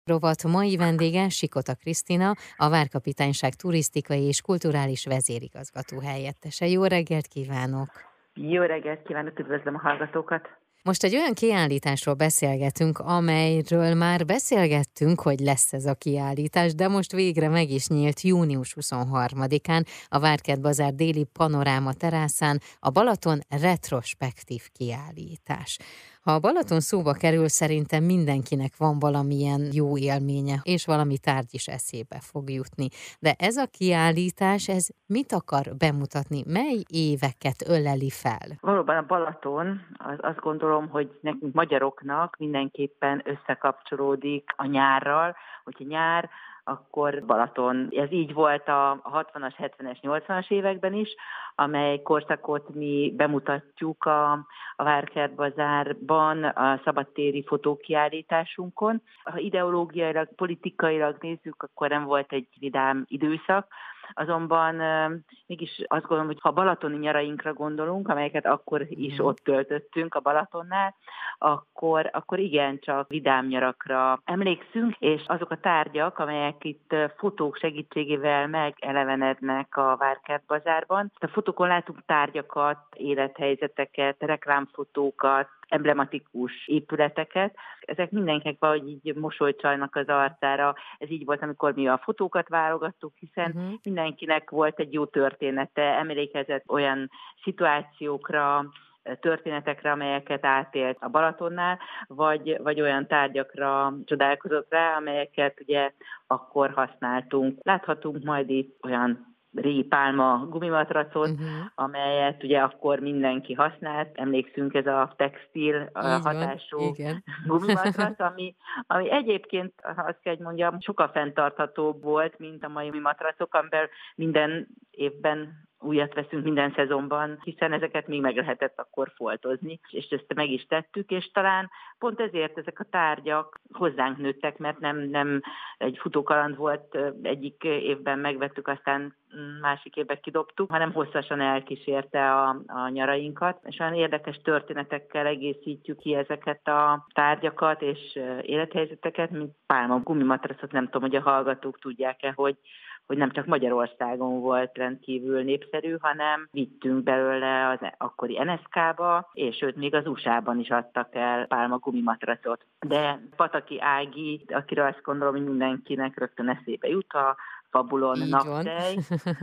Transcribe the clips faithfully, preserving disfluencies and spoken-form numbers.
Rovat mai vendége Sikota Krisztina, a Várkapitányság turisztikai és kulturális vezérigazgató helyettese. Jó reggelt kívánok! Jó reggelt kívánok, üdvözlöm a hallgatókat! Most egy olyan kiállításról beszélgetünk, amelyről már beszélgettünk, hogy lesz ez a kiállítás, de most végre meg is nyílt június huszonharmadikán a Várkert Bazár déli panoráma teraszán a Balaton retrospektív kiállítás. Ha a Balaton szóba kerül, szerintem mindenkinek van valamilyen jó élménye, és valami tárgy is eszébe fog jutni. De ez a kiállítás, ez mit akar bemutatni? Mely éveket öleli fel? Valóban a Balaton, az, azt gondolom, hogy nekünk magyaroknak mindenképpen összekapcsolódik a nyárral, hogyha nyár, akkor Balaton. Ez így volt a hatvanas, hetvenes, nyolcvanas években is, amely korszakot mi bemutatjuk a, a Várkert Bazárban, a szabadtéri fotókiállításunkon. Ha ideológiailag, politikailag nézzük, akkor nem volt egy vidám időszak, azonban mégis azt gondolom, hogy ha balatoni nyarainkra gondolunk, amelyeket akkor is ott töltöttünk a Balatonnál, akkor, akkor igencsak vidám nyarakra emlékszünk, és azok a tárgyak, amelyek itt fotók segítségével megelevenednek a Várkert Bazárban. A fotókon látunk tárgyakat, élethelyzeteket, reklámfotókat, emblematikus épületeket. Ezek mindenkinek valahogy így mosolyt csajnak az arcára. Ez így volt, amikor mi a fotókat válogattuk, hiszen uh-huh. mindenkinek volt egy jó története, emlékezett olyan szituációkra, történetekre, amelyeket átélt a Balatonnál, vagy, vagy olyan tárgyakra csodálkozott rá, amelyeket ugye akkor használtunk. Láthatunk majd itt olyan régi pálma gumimatracot, uh-huh. amelyet ugye akkor mindenki használt. Emlékszünk, ez a textil a hatású gumimatrac, ami, ami egyébként, azt kell, hogy mondjam, sokkal fenntarthatóbb volt, mint a mai matracok, amiben minden évben újat veszünk minden szezonban, hiszen ezeket még meg lehetett akkor foltozni, és ezt meg is tettük, és talán pont ezért ezek a tárgyak hozzánk nőttek, mert nem, nem egy futókaland volt, egyik évben megvettük, aztán másik évben kidobtuk, hanem hosszasan elkísérte a, a nyarainkat, és olyan érdekes történetekkel egészítjük ki ezeket a tárgyakat és élethelyzeteket, mint pálma gumimatracot, nem tudom, hogy a hallgatók tudják-e, hogy hogy nem csak Magyarországon volt rendkívül népszerű, hanem vittünk belőle az akkori en es ká-ba, és sőt, még az u es á-ban is adtak el pálma gumimatracot. De Pataki Ági, akiről azt gondolom, hogy mindenkinek rögtön eszébe jut, a Fabulon Így naptej.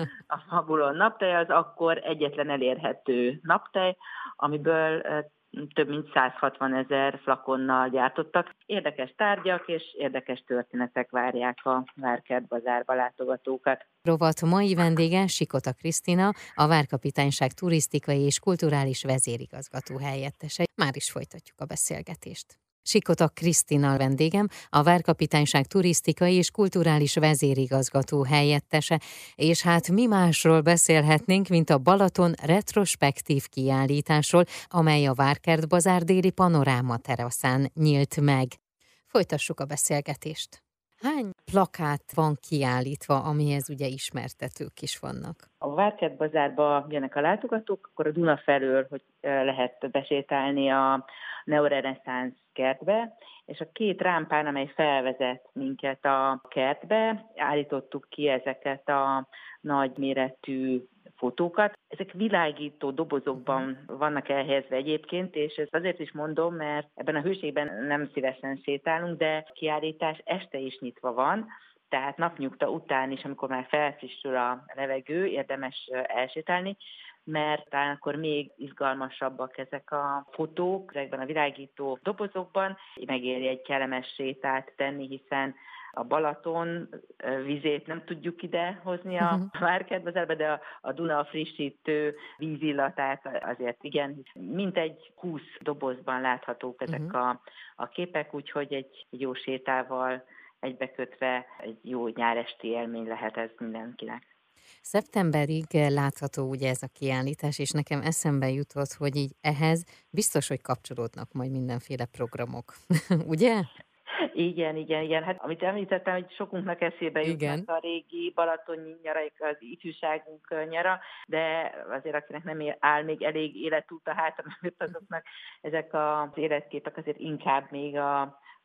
A Fabulon naptej az akkor egyetlen elérhető naptej, amiből több mint száz hatvan ezer flakonnal gyártottak. Érdekes tárgyak és érdekes történetek várják a Várkert Bazárba látogatókat. Rovat mai vendége Sikota Krisztina, a Várkapitányság turisztikai és kulturális vezérigazgató helyettese. Már is folytatjuk a beszélgetést. Sikota Krisztina vendégem, a Várkapitányság turisztikai és kulturális vezérigazgató helyettese, és hát mi másról beszélhetnénk, mint a Balaton retrospektív kiállításról, amely a Várkert Bazár déli panoráma teraszán nyílt meg. Folytassuk a beszélgetést. Hány plakát van kiállítva, amihez ugye ismertetők is vannak? A Várkert Bazárba jönnek a látogatók, akkor a Duna felől, hogy lehet besétálni a neoreneszánsz kertbe, és a két rámpán, amely felvezet minket a kertbe, állítottuk ki ezeket a nagyméretű fotókat. Ezek világító dobozokban vannak elhelyezve egyébként, és ezt azért is mondom, mert ebben a hőségben nem szívesen sétálunk, de kiállítás este is nyitva van, tehát napnyugta után is, amikor már felfrissül a levegő, érdemes elsétálni, mert talán akkor még izgalmasabbak ezek a fotók, ezekben a világító dobozokban. Megéri egy kellemes sétát tenni, hiszen a Balaton vízét nem tudjuk idehozni a uh-huh. Várkert Bazárba, de a, a Duna frissítő vízillatát azért igen. Mintegy húsz dobozban láthatók ezek uh-huh. a, a képek, úgyhogy egy, egy jó sétával egybekötve egy jó nyáresti élmény lehet ez mindenkinek. Szeptemberig látható ugye ez a kiállítás, és nekem eszembe jutott, hogy így ehhez biztos, hogy kapcsolódnak majd mindenféle programok, ugye? Igen, igen, igen. Hát amit említettem, hogy sokunknak eszébe jutnak igen. a régi balatoni nyaraik, az ifjúságunk nyara, de azért akinek nem áll még elég életút a hátra mögött, azoknak ezek az életképek azért inkább még a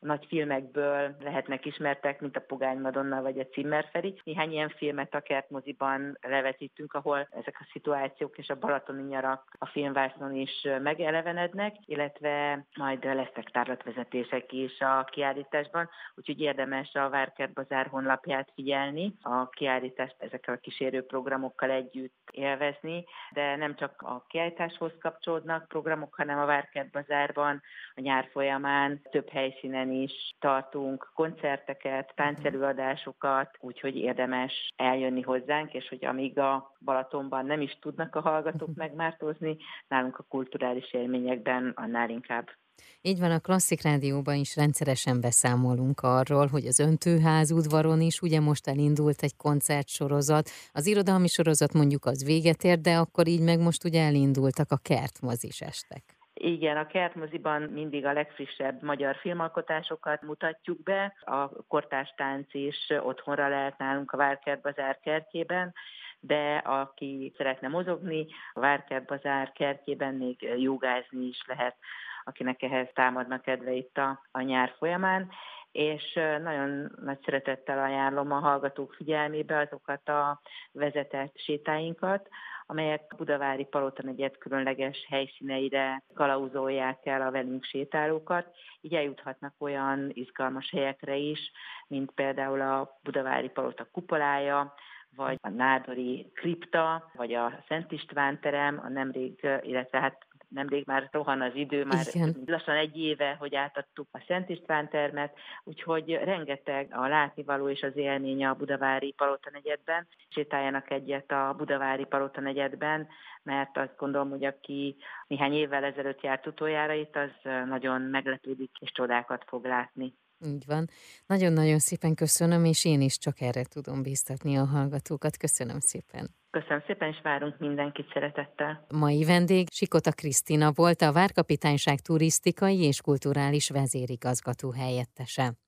nagy filmekből lehetnek ismertek, mint a Pogány Madonna vagy a Cimmer Feri. Néhány ilyen filmet a Kertmoziban levetítünk, ahol ezek a szituációk és a balatoni nyarak a filmvásznon is megelevenednek, illetve majd lesznek tárlatvezetések is a kiállításban, úgyhogy érdemes a Várkert Bazár honlapját figyelni, a kiállítást ezekkel a kísérő programokkal együtt élvezni, de nem csak a kiállításhoz kapcsolódnak programok, hanem a Várkert Bazárban a nyár folyamán több helyszínen is tartunk koncerteket, táncelőadásokat, úgyhogy érdemes eljönni hozzánk, és hogy amíg a Balatonban nem is tudnak a hallgatók megmártózni, nálunk a kulturális élményekben annál inkább. Így van, a Klasszik Rádióban is rendszeresen beszámolunk arról, hogy az Öntőház udvaron is ugye most elindult egy koncertsorozat. Az irodalmi sorozat mondjuk az véget ért, de akkor így meg most ugye elindultak a kertmozis estek. Igen, a Kertmoziban mindig a legfrissebb magyar filmalkotásokat mutatjuk be. A kortárs tánc is otthonra lehet nálunk a Várkert Bazár kertjében, de aki szeretne mozogni, a Várkert Bazár kertjében még jogázni is lehet, akinek ehhez támadna kedve itt a, a nyár folyamán, és nagyon nagy szeretettel ajánlom a hallgatók figyelmébe azokat a vezetett sétáinkat, amelyek a Budavári Palotanegyed különleges helyszíneire kalauzolják el a velünk sétálókat. Így eljuthatnak olyan izgalmas helyekre is, mint például a Budavári Palota kupolája, vagy a Nádori kripta, vagy a Szent István terem, a nemrég, illetve hát nemrég már rohan az idő, már Igen. lassan egy éve, hogy átadtuk a Szent István termet, úgyhogy rengeteg a látnivaló és az élmény a Budavári Palotanegyedben. Sétáljanak egyet a Budavári Palotanegyedben, mert azt gondolom, hogy aki néhány évvel ezelőtt járt utoljára itt, az nagyon meglepődik és csodákat fog látni. Így van. Nagyon-nagyon szépen köszönöm, és én is csak erre tudom bíztatni a hallgatókat. Köszönöm szépen. Köszönöm szépen, és várunk mindenkit szeretettel. Mai vendég Sikota Krisztina volt, a Várkapitányság turisztikai és kulturális vezérigazgató helyettese.